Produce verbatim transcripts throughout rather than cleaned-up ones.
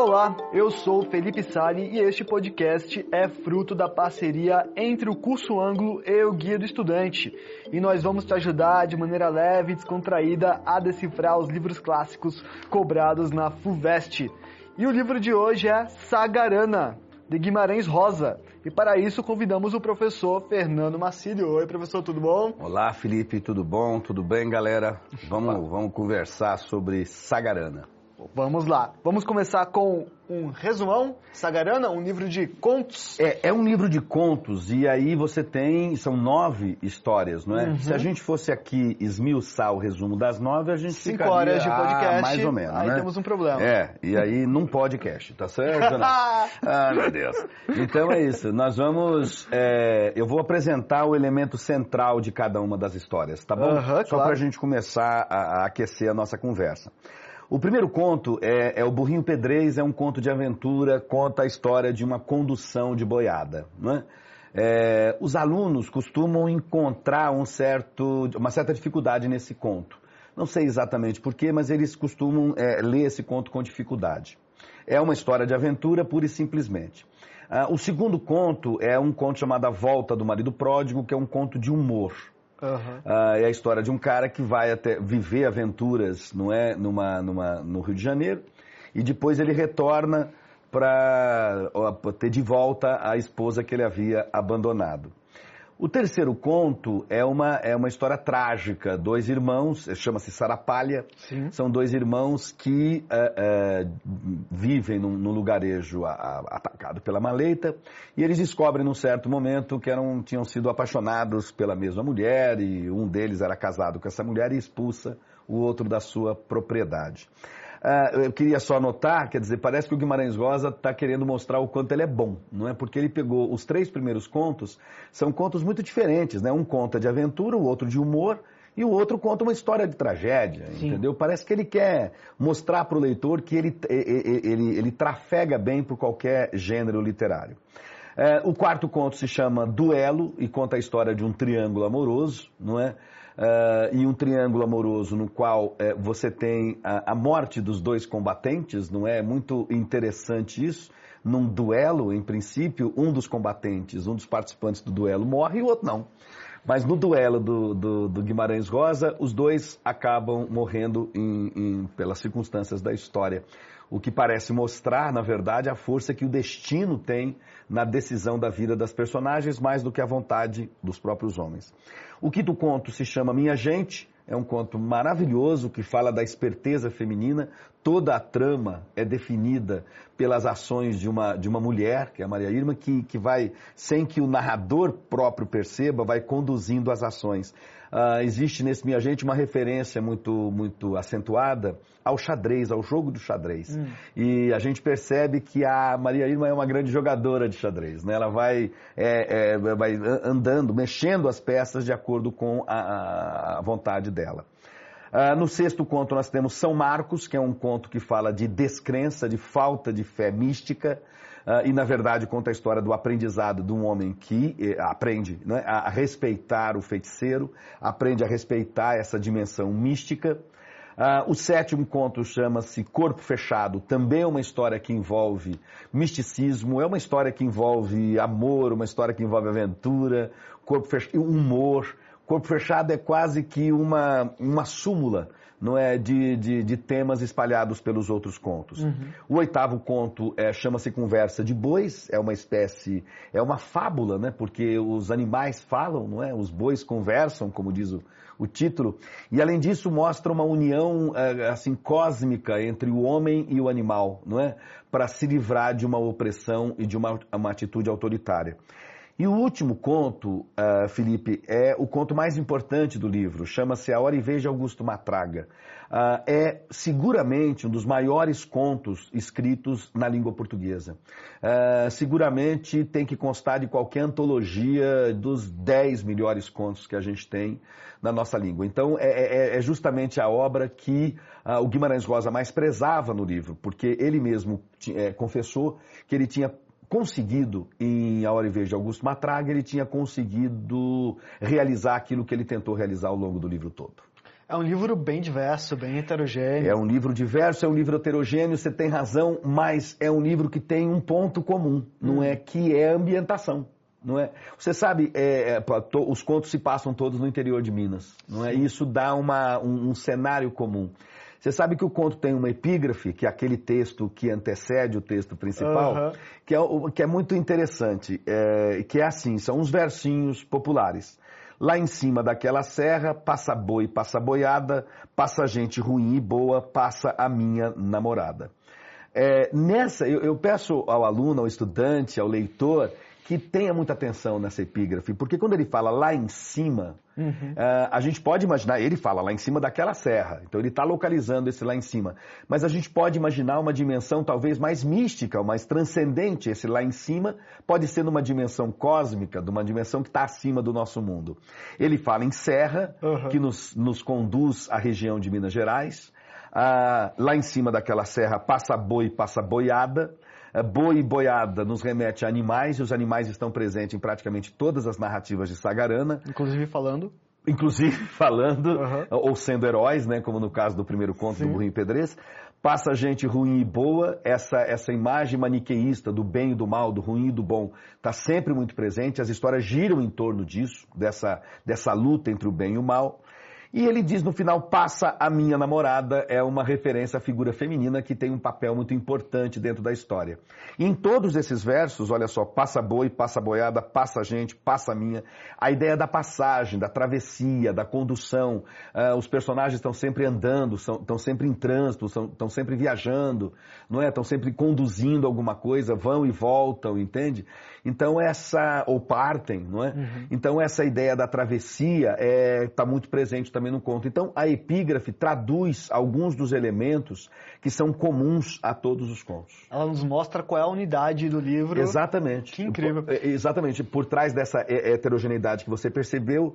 Olá, eu sou Felipe Sali e este podcast é fruto da parceria entre o Curso Ângulo e o Guia do Estudante. E nós vamos te ajudar de maneira leve e descontraída a decifrar os livros clássicos cobrados na FUVEST. E o livro de hoje é Sagarana, de Guimarães Rosa. E para isso convidamos o professor Fernando Marcílio. Oi, professor, tudo bom? Olá, Felipe, tudo bom? Tudo bem, galera? Vamos, vamos conversar sobre Sagarana. Vamos lá. Vamos começar com um resumão. Sagarana, um livro de contos. É, é um livro de contos e aí você tem, são nove histórias, não é? Uhum. Se a gente fosse aqui esmiuçar o resumo das nove, a gente Cinco ficaria horas de podcast, ah, mais ou menos, aí né? temos um problema. É, e aí num podcast, tá certo? Não? Ah, meu Deus. Então é isso, nós vamos, é, eu vou apresentar o elemento central de cada uma das histórias, tá bom? Uhum, Só claro. pra gente começar a, a aquecer a nossa conversa. O primeiro conto é, é o Burrinho Pedrez, é um conto de aventura, conta a história de uma condução de boiada, não é? É, os alunos costumam encontrar um certo, uma certa dificuldade nesse conto. Não sei exatamente porquê, mas eles costumam é, ler esse conto com dificuldade. É uma história de aventura, pura e simplesmente. Ah, o segundo conto é um conto chamado A Volta do Marido Pródigo, que é um conto de humor. Uhum. Uh, é a história de um cara que vai até viver aventuras, não é, numa, numa, no Rio de Janeiro, e depois ele retorna para ter de volta a esposa que ele havia abandonado. O terceiro conto é uma, é uma história trágica. Dois irmãos, chama-se Sarapalha, Sim. São dois irmãos que uh, uh, vivem num, num lugarejo a, a, atacado pela maleita, e eles descobrem num certo momento que eram, tinham sido apaixonados pela mesma mulher, e um deles era casado com essa mulher e expulsa o outro da sua propriedade. Uh, eu queria só notar, quer dizer, parece que o Guimarães Rosa está querendo mostrar o quanto ele é bom, não é? Porque ele pegou os três primeiros contos, são contos muito diferentes, né? Um conta de aventura, o outro de humor, e o outro conta uma história de tragédia, Sim. entendeu? Parece que ele quer mostrar para o leitor que ele, ele, ele, ele trafega bem por qualquer gênero literário. Uh, o quarto conto se chama Duelo e conta a história de um triângulo amoroso, não é? Uh, e um triângulo amoroso no qual uh, você tem a, a morte dos dois combatentes, não é? Muito interessante isso. Num duelo, em princípio, um dos combatentes, um dos participantes do duelo morre e o outro não. Mas no duelo do, do, do Guimarães Rosa, os dois acabam morrendo em, em, pelas circunstâncias da história. O que parece mostrar, na verdade, a força que o destino tem na decisão da vida das personagens, mais do que a vontade dos próprios homens. O quinto conto se chama Minha Gente, é um conto maravilhoso que fala da esperteza feminina. Toda a trama é definida pelas ações de uma, de uma mulher, que é a Maria Irma, que, que vai, sem que o narrador próprio perceba, vai conduzindo as ações. Uh, existe nesse Minha Gente uma referência muito, muito acentuada ao xadrez, ao jogo do xadrez. Hum. E a gente percebe que a Maria Irma é uma grande jogadora de xadrez, né? Ela vai, é, é, vai andando, mexendo as peças de acordo com a, a vontade dela. Uh, no sexto conto nós temos São Marcos, que é um conto que fala de descrença, de falta de fé mística, uh, e na verdade conta a história do aprendizado de um homem que eh, aprende, né, a respeitar o feiticeiro, aprende a respeitar essa dimensão mística. Uh, o sétimo conto chama-se Corpo Fechado, também é uma história que envolve misticismo, é uma história que envolve amor, uma história que envolve aventura, corpo fechado, humor. Corpo Fechado é quase que uma, uma súmula, não é, de, de, de temas espalhados pelos outros contos. Uhum. O oitavo conto é, chama-se Conversa de Bois, é uma espécie, é uma fábula, né, porque os animais falam, não é, os bois conversam, como diz o, o título, e além disso mostra uma união assim, cósmica entre o homem e o animal, não é, para se livrar de uma opressão e de uma, uma atitude autoritária. E o último conto, uh, Felipe, é o conto mais importante do livro, chama-se A Hora e Vez de Augusto Matraga. Uh, é seguramente um dos maiores contos escritos na língua portuguesa. Uh, seguramente tem que constar de qualquer antologia dos dez melhores contos que a gente tem na nossa língua. Então é, é, é justamente a obra que uh, o Guimarães Rosa mais prezava no livro, porque ele mesmo é, confessou que ele tinha conseguido, em A Hora e Vez de Augusto Matraga, ele tinha conseguido realizar aquilo que ele tentou realizar ao longo do livro todo. É um livro bem diverso, bem heterogêneo. É um livro diverso, é um livro heterogêneo, você tem razão, mas é um livro que tem um ponto comum, hum. não é? Que é a ambientação. Não é? Você sabe, é, é, os contos se passam todos no interior de Minas, não é? Isso dá uma, um, um cenário comum. Você sabe que o conto tem uma epígrafe, que é aquele texto que antecede o texto principal, uhum. que, é, que é muito interessante, é, que é assim, são uns versinhos populares. Lá em cima daquela serra, passa boi, passa boiada, passa gente ruim e boa, passa a minha namorada. É, nessa, eu, eu peço ao aluno, ao estudante, ao leitor, que tenha muita atenção nessa epígrafe, porque quando ele fala lá em cima, uhum. uh, a gente pode imaginar, ele fala lá em cima daquela serra, então ele está localizando esse lá em cima, mas a gente pode imaginar uma dimensão talvez mais mística, mais transcendente, esse lá em cima pode ser numa dimensão cósmica, de uma dimensão que está acima do nosso mundo. Ele fala em serra, uhum. que nos, nos conduz à região de Minas Gerais, uh, lá em cima daquela serra passa boi, passa boiada. Boi e boiada nos remete a animais, e os animais estão presentes em praticamente todas as narrativas de Sagarana. Inclusive falando. Inclusive falando, uhum. ou sendo heróis, né, como no caso do primeiro conto Sim. do Burrinho Pedrez. Passa gente ruim e boa, essa, essa imagem maniqueísta do bem e do mal, do ruim e do bom, está sempre muito presente. As histórias giram em torno disso, dessa, dessa luta entre o bem e o mal. E ele diz no final, passa a minha namorada, é uma referência à figura feminina que tem um papel muito importante dentro da história. E em todos esses versos, olha só, passa boi, passa boiada, passa gente, passa minha, a ideia da passagem, da travessia, da condução, uh, os personagens estão sempre andando, são, estão sempre em trânsito, são, estão sempre viajando, não é? Estão sempre conduzindo alguma coisa, vão e voltam, entende? Então essa, ou partem, não é? Uhum. Então essa ideia da travessia está é, muito presente também no conto. Então, a epígrafe traduz alguns dos elementos que são comuns a todos os contos. Ela nos mostra qual é a unidade do livro. Exatamente. Que incrível. Por, exatamente. Por trás dessa heterogeneidade que você percebeu,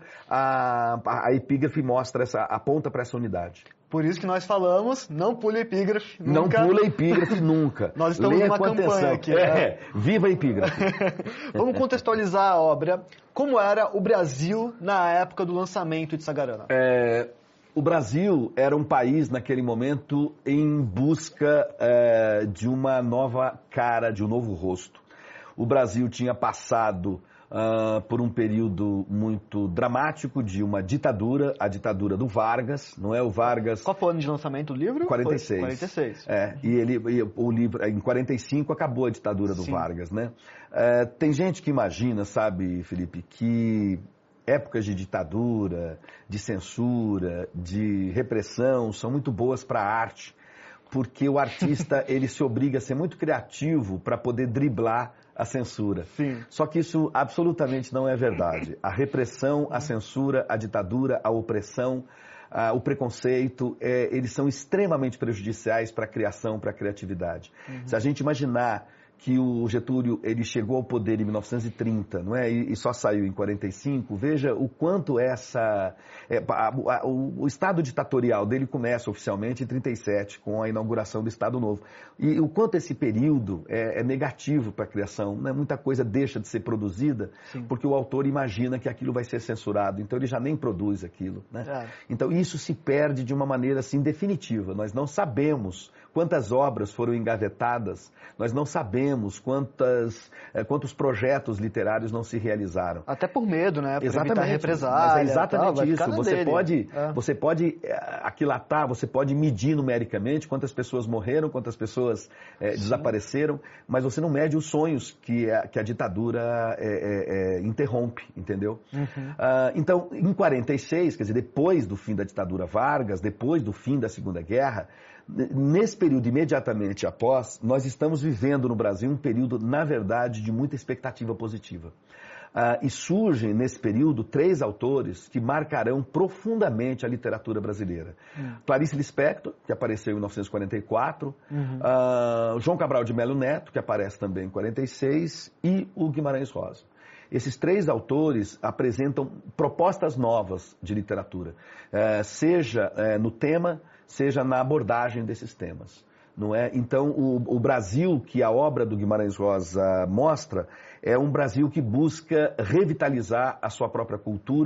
a, a, a epígrafe mostra, essa, aponta para essa unidade. Por isso que nós falamos, não pule a epígrafe nunca. Não pule a epígrafe nunca. Nós estamos Leia numa campanha atenção. aqui. É, né? Viva a epígrafe. Vamos contextualizar a obra. Como era o Brasil na época do lançamento de Sagarana? É, o Brasil era um país, naquele momento, em busca é, de uma nova cara, de um novo rosto. O Brasil tinha passado Uh, por um período muito dramático de uma ditadura, a ditadura do Vargas, não é? O Vargas... Qual foi o ano de lançamento do livro? quarenta e seis. quarenta e seis. É, e ele, e o livro, em quarenta e cinco acabou a ditadura do Sim. Vargas, né? Uh, tem gente que imagina, sabe, Felipe, que épocas de ditadura, de censura, de repressão são muito boas para a arte, porque o artista ele se obriga a ser muito criativo para poder driblar a censura. Sim. Só que isso absolutamente não é verdade. A repressão, a censura, a ditadura, a opressão, a, o preconceito, é, eles são extremamente prejudiciais para a criação, para a criatividade. Uhum. Se a gente imaginar que o Getúlio ele chegou ao poder em mil novecentos e trinta, não é? E, e só saiu em quarenta e cinco. Veja o quanto essa é, a, a, o, o Estado ditatorial dele começa oficialmente em trinta e sete com a inauguração do Estado Novo. E o quanto esse período é, é negativo para a criação, né? Muita coisa deixa de ser produzida Sim. porque o autor imagina que aquilo vai ser censurado, então ele já nem produz aquilo, né? É. Então isso se perde de uma maneira assim definitiva. Nós não sabemos quantas obras foram engavetadas, nós não sabemos quantas, é, quantos projetos literários não se realizaram. Até por medo, né? Por exatamente, evitar represália, mas é exatamente tal, isso. Você dele. pode, é. você pode aquilatar, você pode medir numericamente quantas pessoas morreram, quantas pessoas é, desapareceram, mas você não mede os sonhos que a, que a ditadura é, é, é, interrompe, entendeu? Uhum. Ah, então, em quarenta e seis, quer dizer, depois do fim da ditadura Vargas, depois do fim da Segunda Guerra, nesse período imediatamente após, nós estamos vivendo no Brasil um período, na verdade, de muita expectativa positiva. Ah, e surgem, nesse período, três autores que marcarão profundamente a literatura brasileira. Uhum. Clarice Lispector, que apareceu em mil novecentos e quarenta e quatro, uhum. ah, João Cabral de Melo Neto, que aparece também em quarenta e seis, e o Guimarães Rosa. Esses três autores apresentam propostas novas de literatura, eh, seja eh, no tema, seja na abordagem desses temas, não é? Então, o, o Brasil que a obra do Guimarães Rosa mostra é um Brasil que busca revitalizar a sua própria cultura,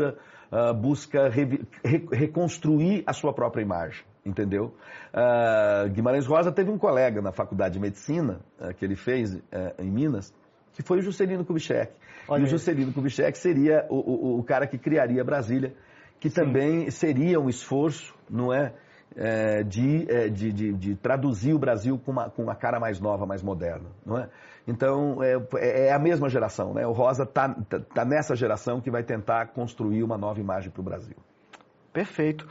uh, busca re, re, reconstruir a sua própria imagem, entendeu? Uh, Guimarães Rosa teve um colega na faculdade de medicina, uh, que ele fez uh, em Minas, que foi o Juscelino Kubitschek. Olha e o Juscelino Kubitschek seria o, o, o cara que criaria Brasília, que Sim. também seria um esforço, não é? É, de, é, de, de, de traduzir o Brasil com uma, com uma cara mais nova, mais moderna, não é? Então, é, é a mesma geração, né? O Rosa está tá, tá nessa geração que vai tentar construir uma nova imagem para o Brasil. Perfeito.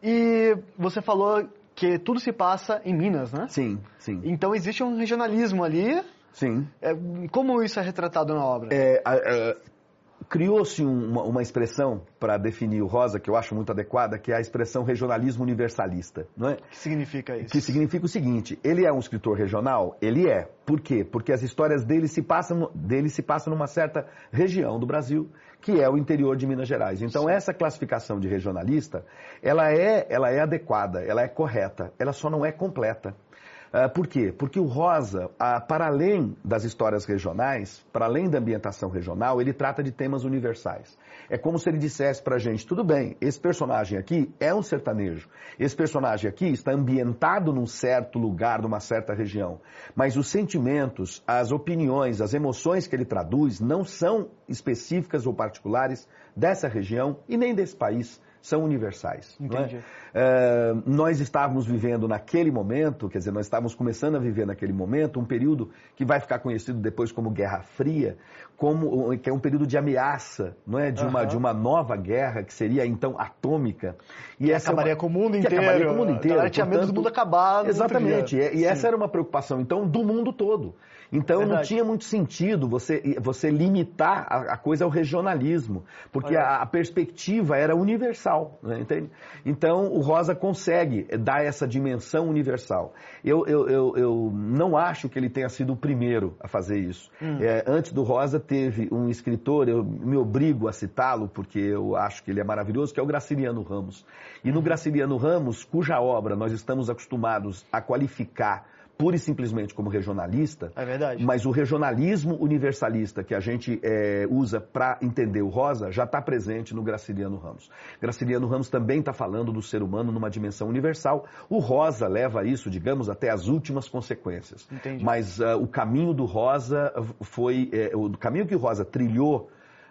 E você falou que tudo se passa em Minas, né? Sim, sim. Então, existe um regionalismo ali. Sim. É, como isso é retratado na obra? É, é, criou-se uma, uma expressão para definir o Rosa, que eu acho muito adequada, que é a expressão regionalismo universalista, não é? O que significa isso? Que significa o seguinte: ele é um escritor regional? Ele é. Por quê? Porque as histórias dele se passam, dele se passam numa certa região do Brasil, que é o interior de Minas Gerais. Então, Sim. essa classificação de regionalista, ela é, ela é adequada, ela é correta, ela só não é completa. Uh, por quê? Porque o Rosa, uh, para além das histórias regionais, para além da ambientação regional, ele trata de temas universais. É como se ele dissesse pra gente, tudo bem, esse personagem aqui é um sertanejo, esse personagem aqui está ambientado num certo lugar, numa certa região, mas os sentimentos, as opiniões, as emoções que ele traduz não são específicas ou particulares dessa região e nem desse país. São universais. Entendi. Não é? É, nós estávamos vivendo naquele momento, quer dizer, nós estávamos começando a viver naquele momento um período que vai ficar conhecido depois como Guerra Fria, como, que é um período de ameaça, não é? de, uma, uhum. de uma nova guerra que seria então atômica. E que essa acabaria é uma, com o mundo inteiro. Que acabaria com o mundo inteiro. Ela tinha medo do mundo acabar. Exatamente. E, e essa era uma preocupação, então, do mundo todo. Então, Verdade. Não tinha muito sentido você, você limitar a, a coisa ao regionalismo, porque a, a perspectiva era universal, né, entende? Então, o Rosa consegue dar essa dimensão universal. Eu, eu, eu, eu não acho que ele tenha sido o primeiro a fazer isso. Hum. É, antes do Rosa, teve um escritor, eu me obrigo a citá-lo, porque eu acho que ele é maravilhoso, que é o Graciliano Ramos. E no Graciliano Ramos, cuja obra nós estamos acostumados a qualificar pura e simplesmente como regionalista, é verdade. Mas o regionalismo universalista que a gente é, usa para entender o Rosa já está presente no Graciliano Ramos. Graciliano Ramos também está falando do ser humano numa dimensão universal. O Rosa leva isso, digamos, até as últimas consequências. Entendi. Mas uh, o caminho do Rosa foi... É, o caminho que o Rosa trilhou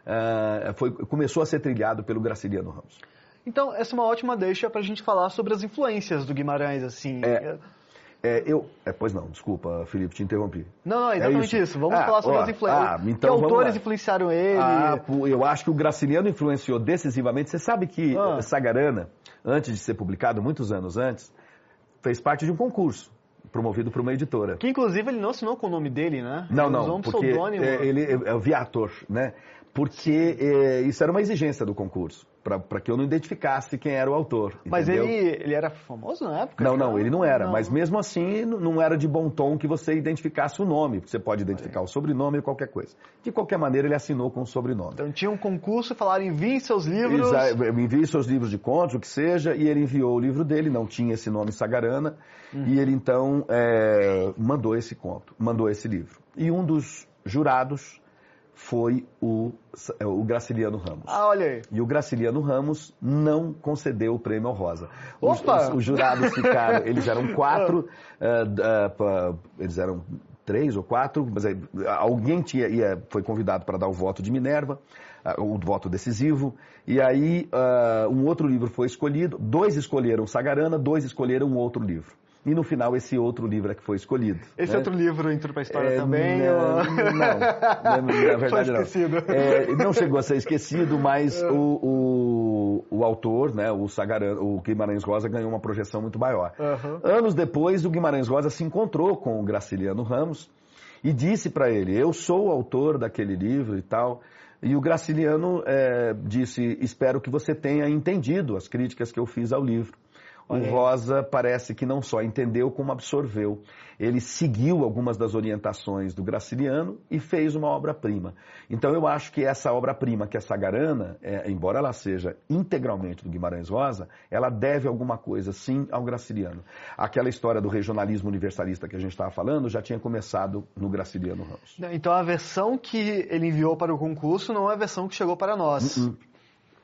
uh, foi, começou a ser trilhado pelo Graciliano Ramos. Então, essa é uma ótima deixa para a gente falar sobre as influências do Guimarães, assim... É... É, eu, é, pois não, desculpa, Felipe, te interrompi. Não, não, exatamente é isso. isso. Vamos ah, falar sobre ó, as influências. Ah, então que autores influenciaram ele? Ah, eu acho que o Graciliano influenciou decisivamente. Você sabe que ah. Sagarana, antes de ser publicado, muitos anos antes, fez parte de um concurso promovido por uma editora. Que, inclusive, ele não assinou com o nome dele, né? Não, ele não, usou um porque pseudônimo. É, ele é o Viator, né? Porque é, isso era uma exigência do concurso, para que eu não identificasse quem era o autor. Mas entendeu? ele, ele era famoso na época? Não, não, ele não era. Não. Mas mesmo assim, não era de bom tom que você identificasse o nome. Você pode identificar é. o sobrenome ou qualquer coisa. De qualquer maneira, ele assinou com o sobrenome. Então tinha um concurso, falaram, envie seus livros. Exato, envie seus livros de contos, o que seja, e ele enviou o livro dele, não tinha esse nome Sagarana, hum. e ele então é, mandou esse conto, mandou esse livro. E um dos jurados foi o, o Graciliano Ramos. Ah, olha aí. E o Graciliano Ramos não concedeu o prêmio ao Rosa. Os, Opa! os, os jurados ficaram, eles eram quatro, uh, uh, eles eram três ou quatro, mas aí, alguém tinha, ia, foi convidado para dar o voto de Minerva, uh, o voto decisivo, e aí uh, um outro livro foi escolhido, dois escolheram Sagarana, dois escolheram um outro livro. E no final, esse outro livro é que foi escolhido. Esse né? outro livro entrou para a história é, também? Não, ou... não, na, na verdade não. É, não chegou a ser esquecido, mas é. o, o, o autor, né, o, Sagarana, o Guimarães Rosa, ganhou uma projeção muito maior. Uhum. Anos depois, o Guimarães Rosa se encontrou com o Graciliano Ramos e disse para ele, eu sou o autor daquele livro e tal. E o Graciliano é, disse, espero que você tenha entendido as críticas que eu fiz ao livro. O Rosa parece que não só entendeu, como absorveu. Ele seguiu algumas das orientações do Graciliano e fez uma obra-prima. Então eu acho que essa obra-prima, que é Sagarana, é, embora ela seja integralmente do Guimarães Rosa, ela deve alguma coisa, sim, ao Graciliano. Aquela história do regionalismo universalista que a gente estava falando já tinha começado no Graciliano Ramos. Então a versão que ele enviou para o concurso não é a versão que chegou para nós. Uh-uh.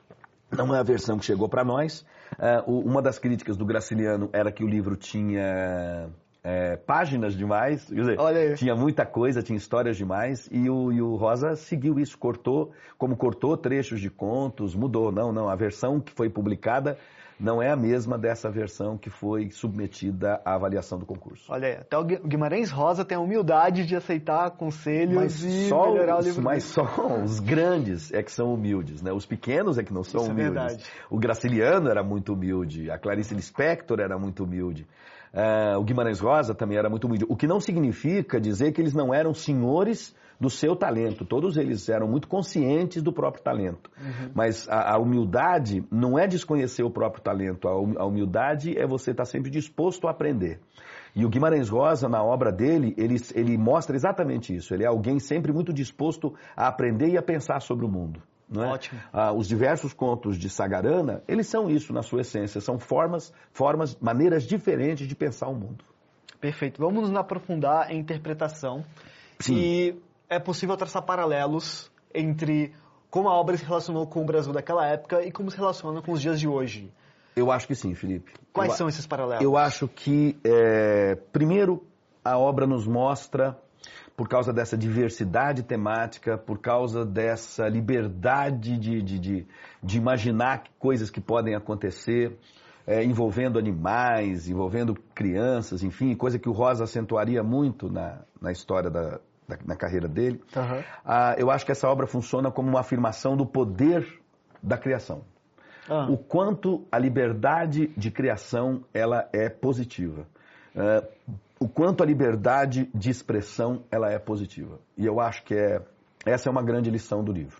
não é a versão que chegou para nós. Uh, uma das críticas do Graciliano era que o livro tinha é, páginas demais, quer dizer, Olha aí. Tinha muita coisa, tinha histórias demais, e o, e o Rosa seguiu isso, cortou, como cortou trechos de contos, mudou. Não, não, a versão que foi publicada não é a mesma dessa versão que foi submetida à avaliação do concurso. Olha aí, até o Guimarães Rosa tem a humildade de aceitar conselhos mas e só melhorar os, o livro. Mas só os grandes é que são humildes, né? Os pequenos é que não são Isso humildes. É verdade. O Graciliano era muito humilde, a Clarice Lispector era muito humilde. Uh, o Guimarães Rosa também era muito humilde. O que não significa dizer que eles não eram senhores do seu talento. Todos eles eram muito conscientes do próprio talento. Uhum. Mas a, a humildade não é desconhecer o próprio talento. A humildade é você estar sempre disposto a aprender. E o Guimarães Rosa, na obra dele, ele, ele mostra exatamente isso. Ele é alguém sempre muito disposto a aprender e a pensar sobre o mundo. Não é? Ótimo. Ah, os diversos contos de Sagarana, eles são isso na sua essência. São formas, formas, maneiras diferentes de pensar o mundo. Perfeito. Vamos nos aprofundar em interpretação. Sim. E é possível traçar paralelos entre como a obra se relacionou com o Brasil daquela época e como se relaciona com os dias de hoje. Eu acho que sim, Felipe. Quais eu, são esses paralelos? Eu acho que, é, primeiro, a obra nos mostra, por causa dessa diversidade temática, por causa dessa liberdade de, de, de, de imaginar coisas que podem acontecer, é, envolvendo animais, envolvendo crianças, enfim, coisa que o Rosa acentuaria muito na, na história da, da na carreira dele. Uhum. Ah, eu acho que essa obra funciona como uma afirmação do poder da criação. Ah. O quanto a liberdade de criação ela é positiva. Uh, o quanto a liberdade de expressão ela é positiva. E eu acho que é, essa é uma grande lição do livro.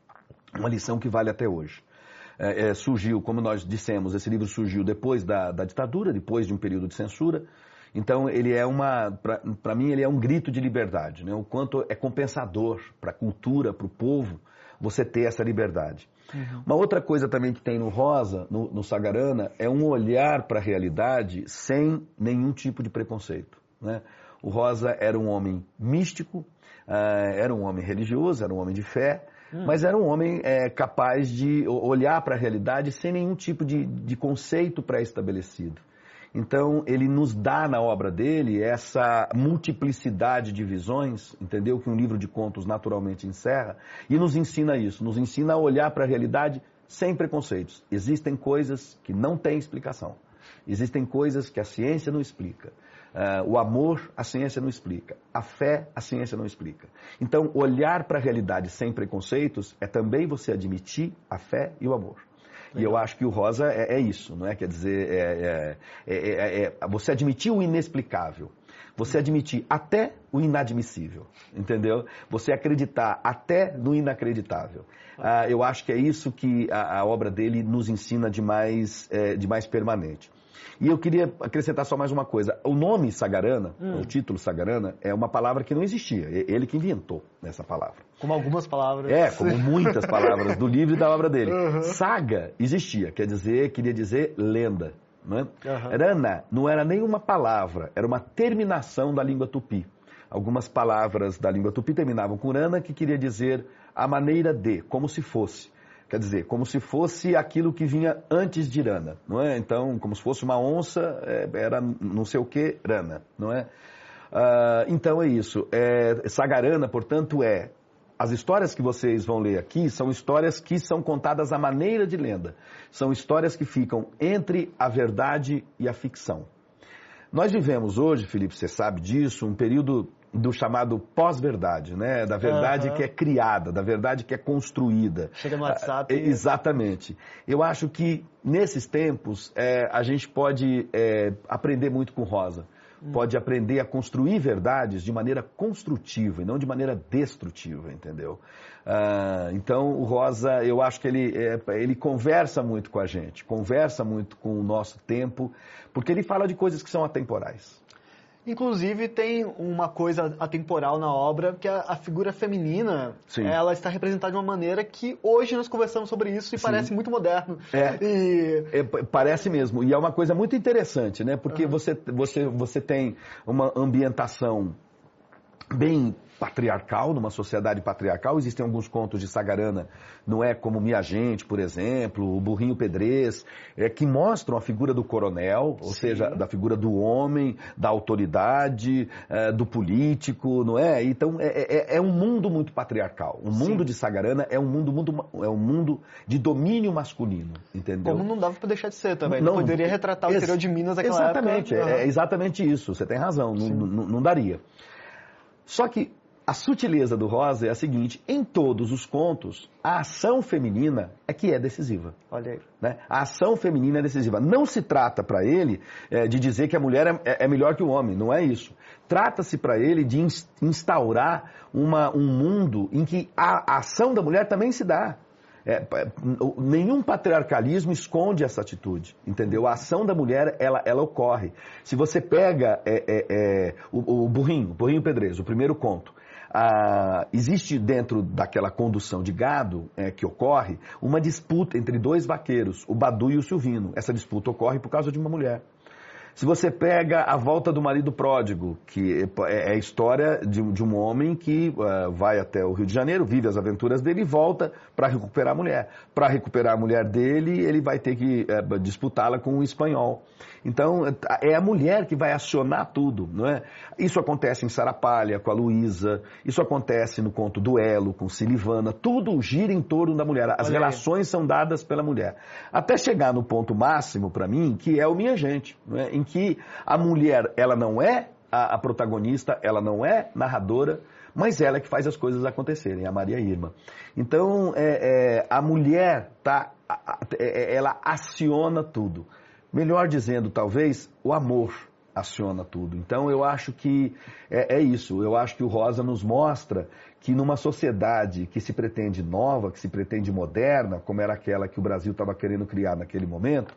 Uma lição que vale até hoje. É, é, surgiu, como nós dissemos, esse livro surgiu depois da, da ditadura, depois de um período de censura. Então, ele é uma, para mim, ele é um grito de liberdade, né? O quanto é compensador para a cultura, para o povo, você ter essa liberdade. Uhum. Uma outra coisa também que tem no Rosa, no, no Sagarana, é um olhar para a realidade sem nenhum tipo de preconceito, né? O Rosa era um homem místico, uh, era um homem religioso, era um homem de fé, uhum. mas era um homem é, capaz de olhar para a realidade sem nenhum tipo de, de conceito pré-estabelecido. Então, ele nos dá na obra dele essa multiplicidade de visões, entendeu? Que um livro de contos naturalmente encerra, e nos ensina isso, nos ensina a olhar para a realidade sem preconceitos. Existem coisas que não têm explicação. Existem coisas que a ciência não explica. Uh, o amor, a ciência não explica. A fé, a ciência não explica. Então, olhar para a realidade sem preconceitos é também você admitir a fé e o amor. E eu acho que o Rosa é, é isso, não é? Quer dizer, é, é, é, é, você admitir o inexplicável, você admitir até o inadmissível, entendeu? Você acreditar até no inacreditável. Ah, eu acho que é isso que a, a obra dele nos ensina de mais, é, de mais permanente. E eu queria acrescentar só mais uma coisa. O nome Sagarana, hum. o título Sagarana, é uma palavra que não existia. Ele que inventou essa palavra. Como algumas palavras. É, como muitas palavras do livro e da obra dele. Uhum. Saga existia, quer dizer, queria dizer lenda. Não é? Uhum. Rana não era nenhuma palavra, era uma terminação da língua tupi. Algumas palavras da língua tupi terminavam com rana, que queria dizer a maneira de, como se fosse. Quer dizer, como se fosse aquilo que vinha antes de rana, não é? Então, como se fosse uma onça, é, era não sei o que, rana, não é? Uh, então é isso. É, Sagarana, portanto, é... As histórias que vocês vão ler aqui são histórias que são contadas à maneira de lenda. São histórias que ficam entre a verdade e a ficção. Nós vivemos hoje, Felipe, você sabe disso, um período do chamado pós-verdade, né? Da verdade uhum. que é criada, da verdade que é construída. Chega no WhatsApp. Ah, exatamente. Eu acho que nesses tempos é, a gente pode é, aprender muito com Rosa. Hum. Pode aprender a construir verdades de maneira construtiva e não de maneira destrutiva, entendeu? Ah, então o Rosa, eu acho que ele, é, ele conversa muito com a gente, conversa muito com o nosso tempo, porque ele fala de coisas que são atemporais. Inclusive, tem uma coisa atemporal na obra, que a, a figura feminina, Sim. ela está representada de uma maneira que hoje nós conversamos sobre isso e Sim. parece muito moderno. É, e... é, parece mesmo. E é uma coisa muito interessante, né? Porque uhum. você, você, você tem uma ambientação bem patriarcal, numa sociedade patriarcal. Existem alguns contos de Sagarana, não é, como Minha Gente, por exemplo, o Burrinho Pedrez, é, que mostram a figura do coronel, ou Sim. seja, da figura do homem, da autoridade, é, do político, não é? Então, é, é, é um mundo muito patriarcal. O mundo Sim. de Sagarana é um mundo, muito, é um mundo de domínio masculino, entendeu? Como não dava para deixar de ser também. Não, não poderia retratar o interior de Minas naquela exatamente, época. Exatamente, é, é exatamente isso, você tem razão, não, não, não daria. Só que a sutileza do Rosa é a seguinte: em todos os contos, a ação feminina é que é decisiva. Olha aí. Né? A ação feminina é decisiva. Não se trata para ele é, de dizer que a mulher é, é melhor que o homem, não é isso. Trata-se para ele de instaurar uma, um mundo em que a ação da mulher também se dá. É, nenhum patriarcalismo esconde essa atitude, entendeu? A ação da mulher, ela, ela ocorre. Se você pega é, é, é, o, o Burrinho, o Burrinho Pedrez, o primeiro conto, ah, existe dentro daquela condução de gado é, que ocorre uma disputa entre dois vaqueiros, o Badu e o Silvino. Essa disputa ocorre por causa de uma mulher. Se você pega A Volta do Marido Pródigo, que é a história de, de um homem que uh, vai até o Rio de Janeiro, vive as aventuras dele e volta para recuperar a mulher. Para recuperar a mulher dele, ele vai ter que uh, disputá-la com um espanhol. Então, é a mulher que vai acionar tudo, não é? Isso acontece em Sarapalha, com a Luísa, isso acontece no conto Duelo, com Silivana, tudo gira em torno da mulher. As Olha relações aí. São dadas pela mulher. Até chegar no ponto máximo, para mim, que é o Minha Gente, não é? Em que a mulher, ela não é a, a protagonista, ela não é narradora, mas ela é que faz as coisas acontecerem, a Maria Irma. Então, é, é, a mulher, tá, ela aciona tudo. Melhor dizendo, talvez, o amor aciona tudo. Então, eu acho que é, é isso. Eu acho que o Rosa nos mostra que numa sociedade que se pretende nova, que se pretende moderna, como era aquela que o Brasil estava querendo criar naquele momento,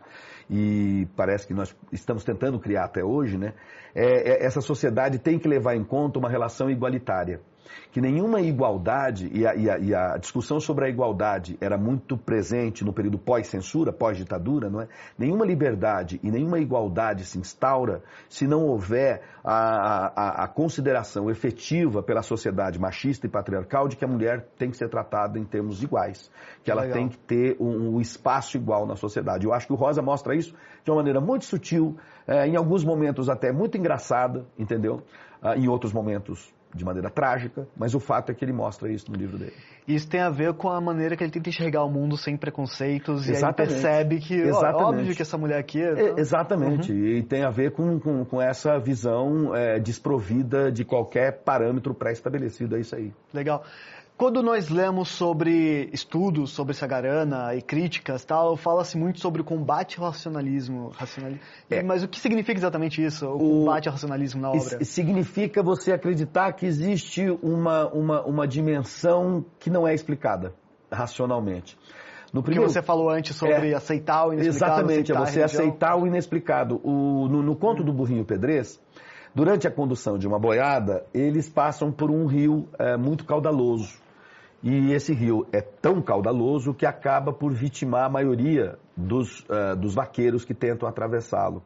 e parece que nós estamos tentando criar até hoje, né? É, é, essa sociedade tem que levar em conta uma relação igualitária. Que nenhuma igualdade, e a, e, a, e a discussão sobre a igualdade era muito presente no período pós-censura, pós-ditadura, não é? Nenhuma liberdade e nenhuma igualdade se instaura se não houver a, a, a consideração efetiva pela sociedade machista e patriarcal de que a mulher tem que ser tratada em termos iguais, que ela Legal. Tem que ter um, um espaço igual na sociedade. Eu acho que o Rosa mostra isso de uma maneira muito sutil, é, em alguns momentos até muito engraçada, entendeu? Ah, em outros momentos de maneira trágica, mas o fato é que ele mostra isso no livro dele. Isso tem a ver com a maneira que ele tenta enxergar o mundo sem preconceitos, Exatamente. E aí percebe que, ó, óbvio que essa mulher aqui... É... É, exatamente, uhum. E tem a ver com, com, com essa visão é, desprovida de qualquer parâmetro pré-estabelecido, é isso aí. Legal. Quando nós lemos sobre estudos sobre Sagarana e críticas, tal, fala-se muito sobre o combate ao racionalismo. racionalismo. É. Mas o que significa exatamente isso, o, o combate ao racionalismo na obra? Significa você acreditar que existe uma, uma, uma dimensão que não é explicada racionalmente. No primeiro, que você falou antes sobre é, aceitar o inexplicado. Exatamente, é você aceitar o inexplicado. O, no, no conto hum. do Burrinho Pedrez, durante a condução de uma boiada, eles passam por um rio é, muito caudaloso. E esse rio é tão caudaloso que acaba por vitimar a maioria dos, uh, dos vaqueiros que tentam atravessá-lo.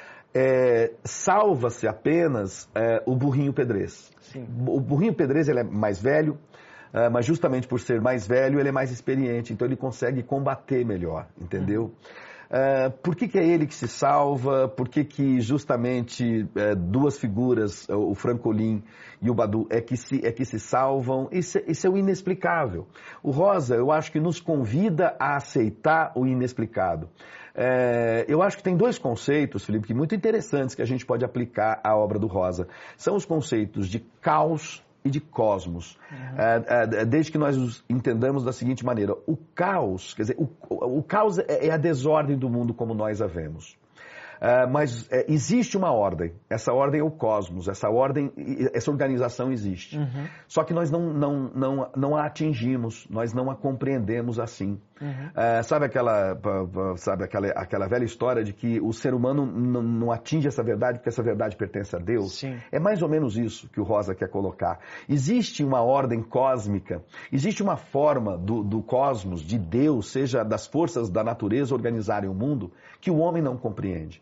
É, salva-se apenas uh, o Burrinho Pedrez. Sim. O Burrinho Pedrez ele é mais velho, uh, mas justamente por ser mais velho ele é mais experiente, então ele consegue combater melhor, entendeu? Hum. Uh, por que, que é ele que se salva? Por que, que justamente uh, duas figuras, o Francolin e o Badu, é que se, é que se salvam? Isso, isso é o inexplicável. O Rosa, eu acho que nos convida a aceitar o inexplicado. Uh, eu acho que tem dois conceitos, Felipe, que muito interessantes que a gente pode aplicar à obra do Rosa. São os conceitos de caos e de cosmos, uhum. uh, uh, desde que nós os entendamos da seguinte maneira: o caos, quer dizer, o, o caos é, é a desordem do mundo como nós a vemos. Uh, mas uh, existe uma ordem, essa ordem é o cosmos, essa ordem, essa organização existe. Uhum. Só que nós não, não, não, não a atingimos, nós não a compreendemos assim. Uhum. Uh, sabe aquela, sabe aquela, aquela velha história de que o ser humano não, não atinge essa verdade porque essa verdade pertence a Deus? Sim. É mais ou menos isso que o Rosa quer colocar. Existe uma ordem cósmica, existe uma forma do, do cosmos, de Deus, seja das forças da natureza organizarem o mundo, que o homem não compreende.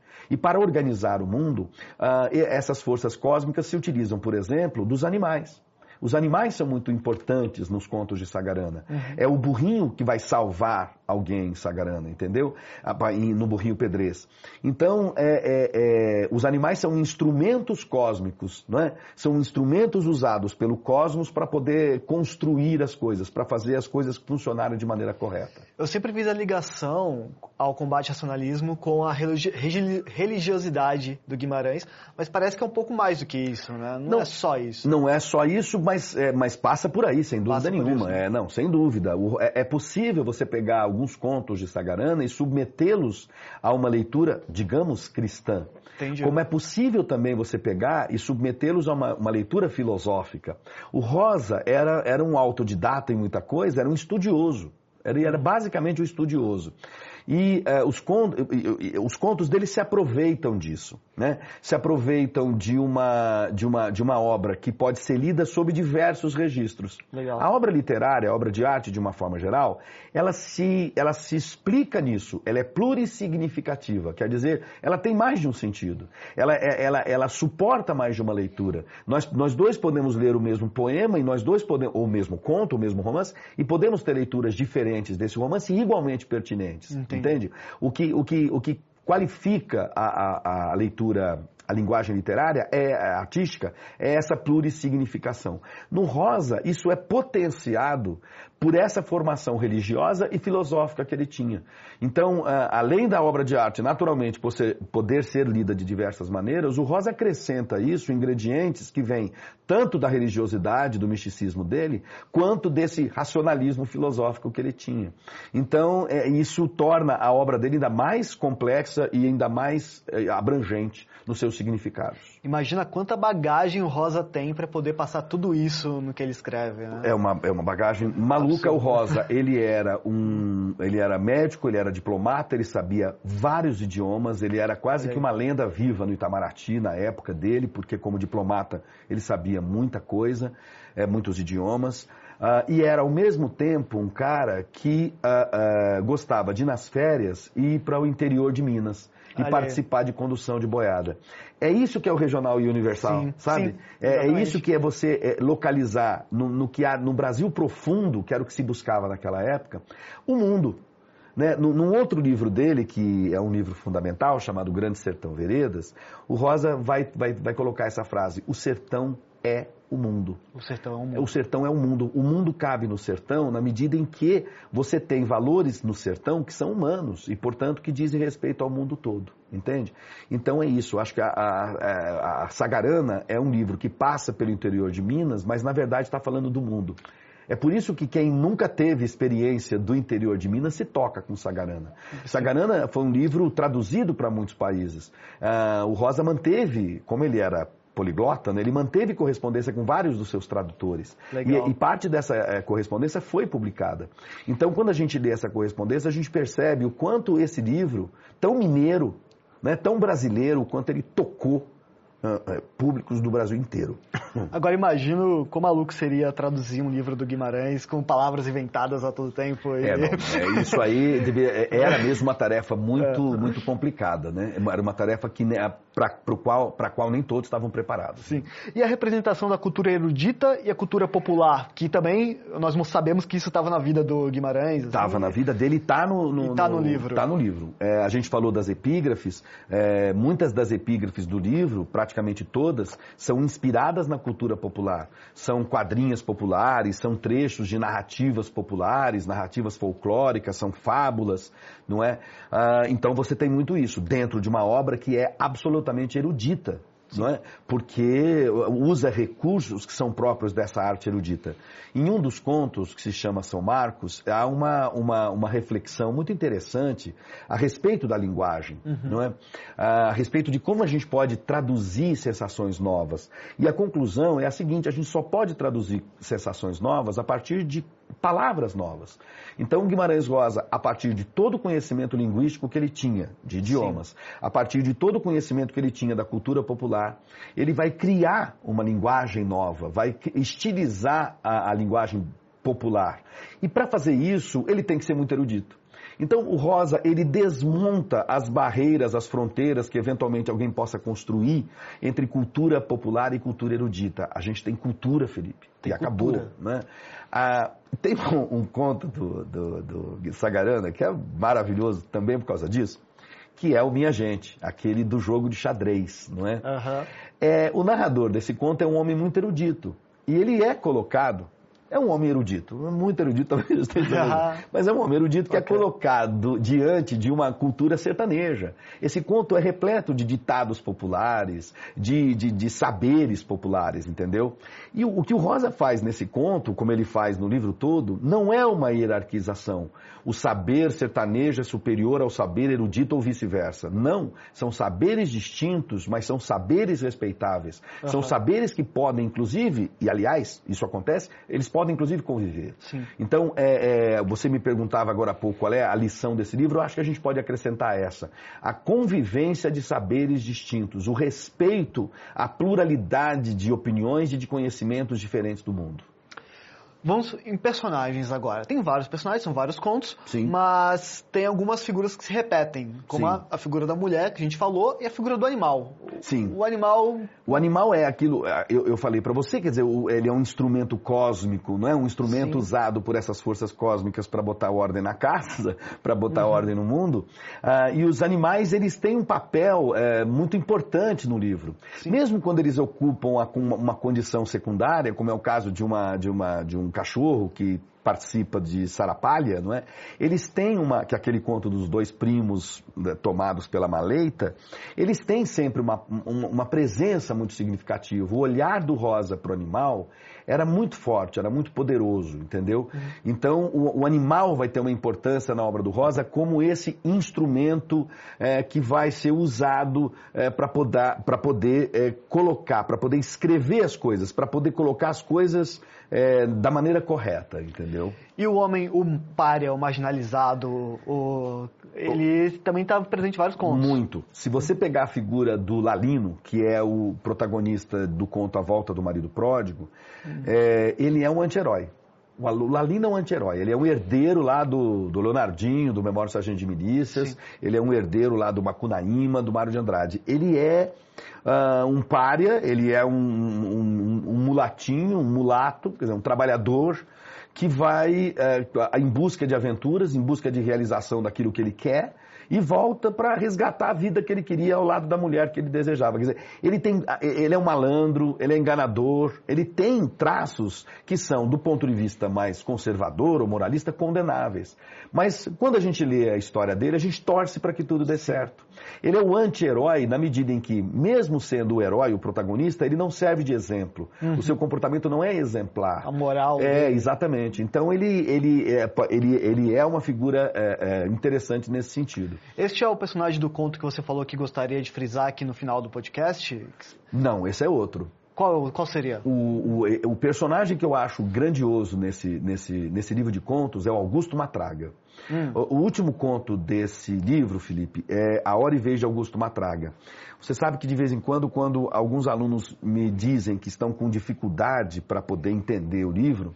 E para organizar o mundo, uh, essas forças cósmicas se utilizam, por exemplo, dos animais. Os animais são muito importantes nos contos de Sagarana. Uhum. É o burrinho que vai salvar alguém em Sagarana, entendeu? No burrinho pedrez. Então, é, é, é, os animais são instrumentos cósmicos, não é? São instrumentos usados pelo cosmos para poder construir as coisas, para fazer as coisas funcionarem de maneira correta. Eu sempre fiz a ligação ao combate ao racionalismo com a religi religiosidade do Guimarães, mas parece que é um pouco mais do que isso, né? Não, não é só isso. Não é só isso, mas, é, mas passa por aí, sem dúvida passa nenhuma. Isso, né? É, não, sem dúvida. O, é, é possível você pegar alguns contos de Sagarana e submetê-los a uma leitura, digamos, cristã. Entendi. Como é possível também você pegar e submetê-los a uma, uma leitura filosófica. O Rosa era, era um autodidata em muita coisa, era um estudioso. Ele era basicamente um estudioso. E uh, os, contos, os contos dele se aproveitam disso, né? Se aproveitam de uma, de, uma, de uma obra que pode ser lida sob diversos registros. Legal. A obra literária, a obra de arte, de uma forma geral, ela se, ela se explica nisso. Ela é plurissignificativa, quer dizer, ela tem mais de um sentido. Ela, ela, ela suporta mais de uma leitura. Nós, nós dois podemos ler o mesmo poema, e nós dois podemos, ou o mesmo conto, o mesmo romance, e podemos ter leituras diferentes desse romance e igualmente pertinentes. Entendi. Entende? O que, o que, o que qualifica a, a, a leitura, a linguagem literária, é, a artística, é essa plurissignificação. No Rosa, isso é potenciado por essa formação religiosa e filosófica que ele tinha. Então, além da obra de arte, naturalmente, poder ser lida de diversas maneiras, o Rosa acrescenta isso, ingredientes que vêm tanto da religiosidade, do misticismo dele, quanto desse racionalismo filosófico que ele tinha. Então, isso torna a obra dele ainda mais complexa e ainda mais abrangente nos seus significados. Imagina quanta bagagem o Rosa tem para poder passar tudo isso no que ele escreve, né? É uma, é uma bagagem maluca. O Rosa, ele era, um, ele era médico, ele era diplomata, ele sabia vários idiomas, ele era quase que uma lenda viva no Itamaraty na época dele, porque como diplomata ele sabia muita coisa, é, muitos idiomas. Uh, e era, ao mesmo tempo, um cara que uh, uh, gostava de ir nas férias e ir para o interior de Minas e Ali. participar de condução de boiada. É isso que é o regional e universal, sim, sabe? Sim, é, é isso que é você é, localizar no, no que há no Brasil profundo, que era o que se buscava naquela época, o mundo. Né? Num outro livro dele, que é um livro fundamental, chamado Grande Sertão Veredas, o Rosa vai, vai, vai colocar essa frase: o sertão é o mundo. O sertão é o mundo. O sertão é o mundo. O mundo cabe no sertão na medida em que você tem valores no sertão que são humanos e, portanto, que dizem respeito ao mundo todo. Entende? Então é isso. Acho que a, a, a Sagarana é um livro que passa pelo interior de Minas, mas, na verdade, está falando do mundo. É por isso que quem nunca teve experiência do interior de Minas se toca com Sagarana. Sagarana foi um livro traduzido para muitos países. Uh, o Rosa manteve, como ele era poliglota, né, ele manteve correspondência com vários dos seus tradutores. E, e parte dessa é, correspondência foi publicada. Então, quando a gente lê essa correspondência, a gente percebe o quanto esse livro, tão mineiro, né, tão brasileiro, o quanto ele tocou uh, uh, públicos do Brasil inteiro. Agora imagino como maluco seria traduzir um livro do Guimarães com palavras inventadas a todo tempo. E... É, não, é, isso aí devia, era mesmo uma tarefa muito, é. muito complicada, né? Era uma tarefa que para a qual, qual nem todos estavam preparados. Sim. E a representação da cultura erudita e a cultura popular, que também nós sabemos que isso estava na vida do Guimarães. Estava assim, na vida dele e está no, no, tá no, no livro. Está no livro. É, a gente falou das epígrafes, é, muitas das epígrafes do livro, praticamente todas, são inspiradas na cultura popular. São quadrinhas populares, são trechos de narrativas populares, narrativas folclóricas, são fábulas, não é? Ah, então você tem muito isso dentro de uma obra que é absolutamente erudita. Não é? Porque usa recursos que são próprios dessa arte erudita. Em um dos contos, que se chama São Marcos, há uma, uma, uma reflexão muito interessante a respeito da linguagem, uhum. não é? A respeito de como a gente pode traduzir sensações novas. E a conclusão é a seguinte: a gente só pode traduzir sensações novas a partir de palavras novas. Então, Guimarães Rosa, a partir de todo o conhecimento linguístico que ele tinha, de idiomas, Sim. a partir de todo o conhecimento que ele tinha da cultura popular, ele vai criar uma linguagem nova, vai estilizar a, a linguagem popular. E para fazer isso, ele tem que ser muito erudito. Então, o Rosa, ele desmonta as barreiras, as fronteiras que eventualmente alguém possa construir entre cultura popular e cultura erudita. A gente tem cultura, Felipe, tem e acabou, cultura. Né? Ah, tem um, um conto do, do, do Sagarana que é maravilhoso também por causa disso, que é o Minha Gente, aquele do jogo de xadrez, não é? Uhum. É, o narrador desse conto é um homem muito erudito, e ele é colocado, é um homem erudito, muito erudito talvez esteja, uhum. mas é um homem erudito que okay. é colocado diante de uma cultura sertaneja. Esse conto é repleto de ditados populares, de, de, de saberes populares, entendeu? E o, o que o Rosa faz nesse conto, como ele faz no livro todo, não é uma hierarquização. O saber sertanejo é superior ao saber erudito ou vice-versa. Não, são saberes distintos, mas são saberes respeitáveis. Uhum. São saberes que podem, inclusive, e aliás, isso acontece, eles podem, inclusive, conviver. Sim. Então, é, é, você me perguntava agora há pouco qual é a lição desse livro, eu acho que a gente pode acrescentar essa. A convivência de saberes distintos, o respeito à pluralidade de opiniões e de conhecimentos diferentes do mundo. Vamos em personagens agora. Tem vários personagens, são vários contos, Sim. mas tem algumas figuras que se repetem, como a, a figura da mulher, que a gente falou, e a figura do animal. Sim. O animal... O animal é aquilo, eu, eu falei para você, quer dizer, ele é um instrumento cósmico, não é? Um instrumento Sim. usado por essas forças cósmicas para botar ordem na casa, para botar uhum. ordem no mundo. Uh, e os animais, eles têm um papel uh, muito importante no livro. Sim. Mesmo quando eles ocupam uma, uma condição secundária, como é o caso de, uma, de, uma, de um cachorro que participa de Sarapalha, não é? Eles têm uma, que é aquele conto dos dois primos né, tomados pela maleita, eles têm sempre uma, uma, uma presença muito significativa. O olhar do Rosa para o animal era muito forte, era muito poderoso, entendeu? Uhum. Então, o, o animal vai ter uma importância na obra do Rosa como esse instrumento é, que vai ser usado é, para poder, pra poder é, colocar, para poder escrever as coisas, para poder colocar as coisas é, da maneira correta, entendeu? E o homem, o pária, o marginalizado, o... ele o... também está presente em vários contos. Muito. Se você pegar a figura do Lalino, que é o protagonista do conto A Volta do Marido Pródigo, uhum. é, ele é um anti-herói. O Lalino é um anti-herói, ele é um herdeiro lá do, do Leonardinho, do Memória do Sargento de Milícias, Sim. ele é um herdeiro lá do Macunaíma, do Mário de Andrade. Ele é uh, um pária, ele é um, um, um mulatinho, um mulato, quer dizer, um trabalhador que vai uh, em busca de aventuras, em busca de realização daquilo que ele quer, e volta para resgatar a vida que ele queria ao lado da mulher que ele desejava. Quer dizer, ele, tem, ele é um malandro, ele é enganador, ele tem traços que são, do ponto de vista mais conservador ou moralista, condenáveis. Mas quando a gente lê a história dele, a gente torce para que tudo dê certo. Ele é o anti-herói na medida em que, mesmo sendo o herói, o protagonista, ele não serve de exemplo. Uhum. O seu comportamento não é exemplar. A moral. É, dele. Exatamente. Então ele, ele, é, ele, ele é uma figura é, é, interessante nesse sentido. Este é o personagem do conto que você falou que gostaria de frisar aqui no final do podcast? Não, esse é outro. Qual, qual seria? O, o, o personagem que eu acho grandioso nesse, nesse, nesse livro de contos é o Augusto Matraga. Hum. O, o último conto desse livro, Felipe, é A Hora e Vez de Augusto Matraga. Você sabe que de vez em quando, quando alguns alunos me dizem que estão com dificuldade para poder entender o livro...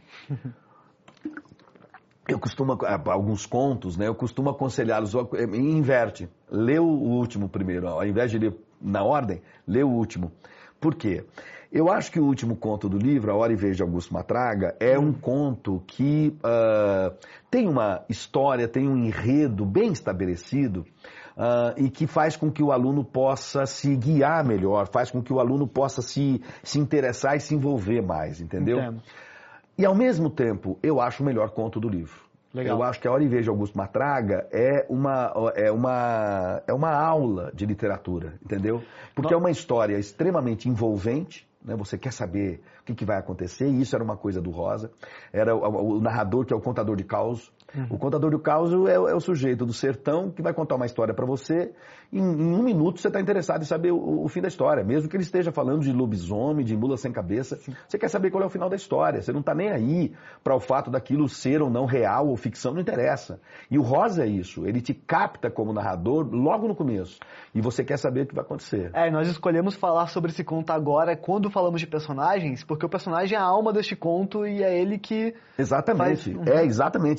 Eu costumo, alguns contos, né, eu costumo aconselhá-los, inverte, lê o último primeiro, ao invés de ler na ordem, lê o último. Por quê? Eu acho que o último conto do livro, A Hora e Vez de Augusto Matraga, é um conto que uh, tem uma história, tem um enredo bem estabelecido, Uh, e que faz com que o aluno possa se guiar melhor, faz com que o aluno possa se, se interessar e se envolver mais, entendeu? Entendo. E ao mesmo tempo, eu acho o melhor conto do livro. Legal. Eu acho que A Hora e Vez de Augusto Matraga é uma, é uma, é uma aula de literatura, entendeu? Porque Não. é uma história extremamente envolvente, né? Você quer saber o que, que vai acontecer, e isso era uma coisa do Rosa. Era o, o narrador, que é o contador de caos. Uhum. O contador de caos é, é o sujeito do sertão que vai contar uma história para você. Em, em um minuto você está interessado em saber o, o fim da história. Mesmo que ele esteja falando de lobisomem, de mula sem cabeça, Sim. você quer saber qual é o final da história. Você não está nem aí para o fato daquilo ser ou não real ou ficção, não interessa. E o Rosa é isso. Ele te capta como narrador logo no começo. E você quer saber o que vai acontecer. É, nós escolhemos falar sobre esse conto agora quando falamos de personagens, porque o personagem é a alma deste conto e é ele que... Exatamente. Faz... Uhum. É, exatamente. É um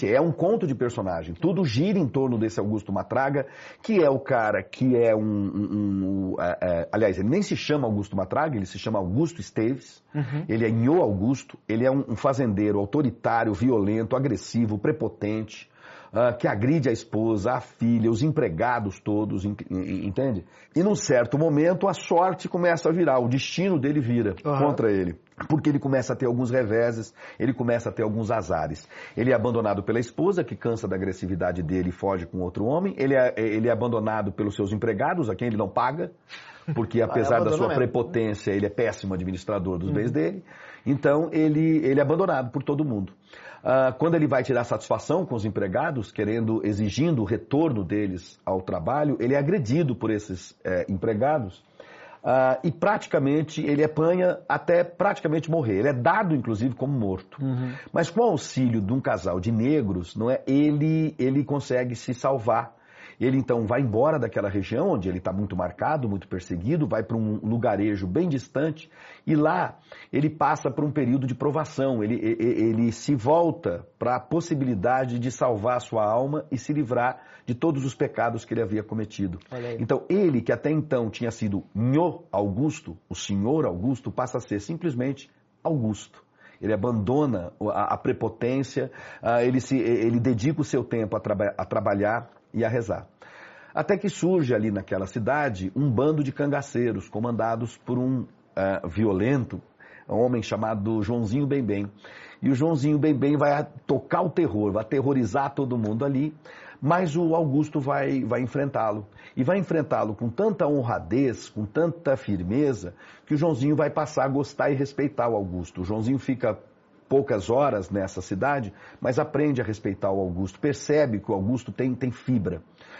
conto de personagem. Tudo gira em torno desse Augusto Matraga, que é o cara que é um... um, um é, é, aliás, ele nem se chama Augusto Matraga, ele se chama Augusto Esteves. Uhum. Ele é Nhô Augusto, ele é um, um fazendeiro autoritário, violento, agressivo, prepotente, uh, que agride a esposa, a filha, os empregados todos, entende? E num certo momento a sorte começa a virar, o destino dele vira uhum. contra ele. Porque ele começa a ter alguns reveses, ele começa a ter alguns azares. Ele é abandonado pela esposa, que cansa da agressividade dele e foge com outro homem. Ele é, ele é abandonado pelos seus empregados, a quem ele não paga, porque apesar ah, da sua prepotência, ele é péssimo administrador dos uhum. bens dele. Então, ele, ele é abandonado por todo mundo. Uh, quando ele vai tirar satisfação com os empregados, querendo, exigindo o retorno deles ao trabalho, ele é agredido por esses eh, empregados. Uh, e praticamente ele apanha até praticamente morrer. Ele é dado, inclusive, como morto. Uhum. Mas com o auxílio de um casal de negros, não é, ele, ele consegue se salvar. Ele então vai embora daquela região onde ele está muito marcado, muito perseguido, vai para um lugarejo bem distante e lá ele passa por um período de provação. Ele, ele, ele se volta para a possibilidade de salvar a sua alma e se livrar de todos os pecados que ele havia cometido. Então ele, que até então tinha sido Nhô Augusto, o senhor Augusto, passa a ser simplesmente Augusto. Ele abandona a, a prepotência, a, ele, se, ele dedica o seu tempo a, traba, a trabalhar e a rezar. Até que surge ali naquela cidade um bando de cangaceiros, comandados por um uh, violento, um homem chamado Joãozinho Bem-Bem. E o Joãozinho Bem-Bem vai tocar o terror, vai aterrorizar todo mundo ali, mas o Augusto vai, vai enfrentá-lo. E vai enfrentá-lo com tanta honradez, com tanta firmeza, que o Joãozinho vai passar a gostar e respeitar o Augusto. O Joãozinho fica poucas horas nessa cidade, mas aprende a respeitar o Augusto, percebe que o Augusto tem, tem fibra.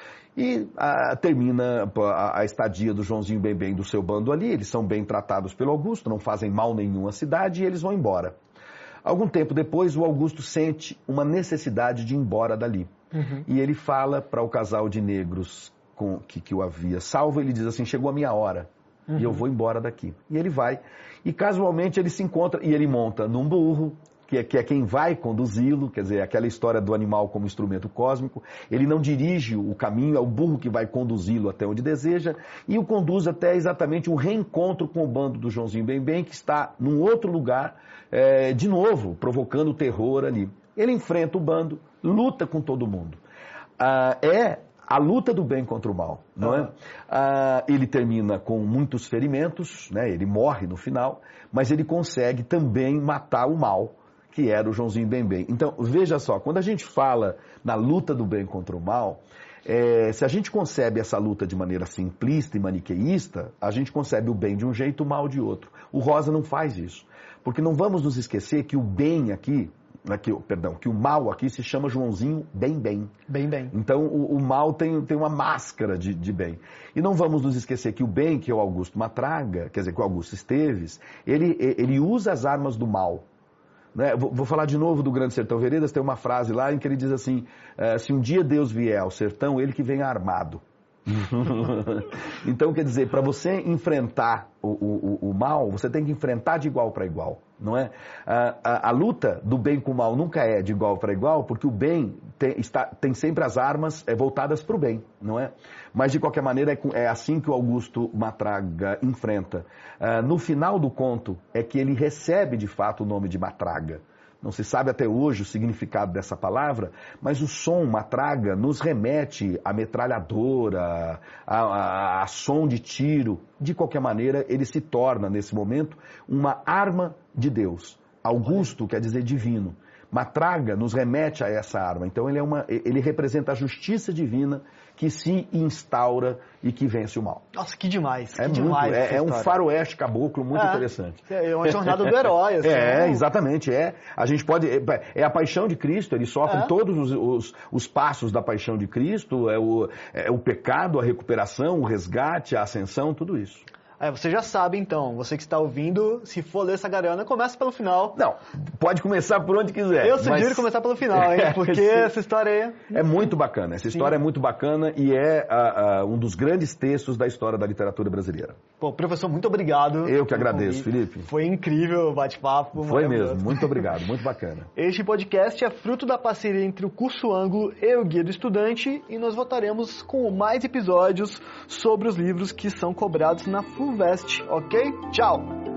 E a, termina a, a estadia do Joãozinho Bem-Bem do seu bando ali, eles são bem tratados pelo Augusto, não fazem mal nenhum à cidade e eles vão embora. Algum tempo depois, o Augusto sente uma necessidade de ir embora dali. Uhum. E ele fala para o casal de negros com, que, que o havia salvo, ele diz assim, chegou a minha hora. Uhum. E eu vou embora daqui. E ele vai. E casualmente ele se encontra, e ele monta num burro, que é, que é quem vai conduzi-lo, quer dizer, aquela história do animal como instrumento cósmico. Ele não dirige o caminho, é o burro que vai conduzi-lo até onde deseja, e o conduz até exatamente o reencontro com o bando do Joãozinho Bem-Bem, que está num outro lugar, é, de novo, provocando terror ali. Ele enfrenta o bando, luta com todo mundo. Ah, é... a luta do bem contra o mal, não uhum. é? Ah, ele termina com muitos ferimentos, né? Ele morre no final, mas ele consegue também matar o mal, que era o Joãozinho Bem-Bem. Então, veja só, quando a gente fala na luta do bem contra o mal, é, se a gente concebe essa luta de maneira simplista e maniqueísta, a gente concebe o bem de um jeito, o mal de outro. O Rosa não faz isso, porque não vamos nos esquecer que o bem aqui, Que, perdão, que o mal aqui se chama Joãozinho Bem-Bem. Bem-Bem. Então o, o mal tem, tem uma máscara de, de bem. E não vamos nos esquecer que o bem, que é o Augusto Matraga, quer dizer, que é o Augusto Esteves, ele, ele usa as armas do mal. Né? Vou, vou falar de novo do Grande Sertão Veredas, tem uma frase lá em que ele diz assim, uh, se um dia Deus vier ao sertão, ele que venha armado. Então, quer dizer, para você enfrentar o, o, o mal, você tem que enfrentar de igual para igual, não é? A, a, a luta do bem com o mal nunca é de igual para igual, porque o bem tem, está, tem sempre as armas é, voltadas para o bem, não é? Mas, de qualquer maneira, é, é assim que o Augusto Matraga enfrenta. Uh, no final do conto, é que ele recebe, de fato, o nome de Matraga. Não se sabe até hoje o significado dessa palavra, mas o som matraga nos remete a metralhadora, a, a, a som de tiro. De qualquer maneira, ele se torna, nesse momento, uma arma de Deus. Augusto quer dizer divino. Matraga nos remete a essa arma. Então ele, é uma, ele representa a justiça divina que se instaura e que vence o mal. Nossa, que demais. É, que muito, demais é, é um faroeste caboclo muito é, interessante. É uma jornada do herói. Assim, é, exatamente. É. A gente pode, é, é a paixão de Cristo, ele sofre é. todos os, os, os passos da paixão de Cristo, é o, é o pecado, a recuperação, o resgate, a ascensão, tudo isso. É, você já sabe, então. Você que está ouvindo, se for ler Sagariana, começa pelo final. Não, pode começar por onde quiser. Eu sugiro mas... começar pelo final, hein? Porque essa história aí... É muito bacana. Essa história Sim. é muito bacana e é uh, uh, um dos grandes textos da história da literatura brasileira. Pô, professor, muito obrigado. Eu que agradeço, Felipe. Foi incrível o bate-papo. Foi mesmo. Muito obrigado. Muito bacana. Este podcast é fruto da parceria entre o Curso Ângulo e o Guia do Estudante e nós voltaremos com mais episódios sobre os livros que são cobrados na FUVEST, ok? Tchau!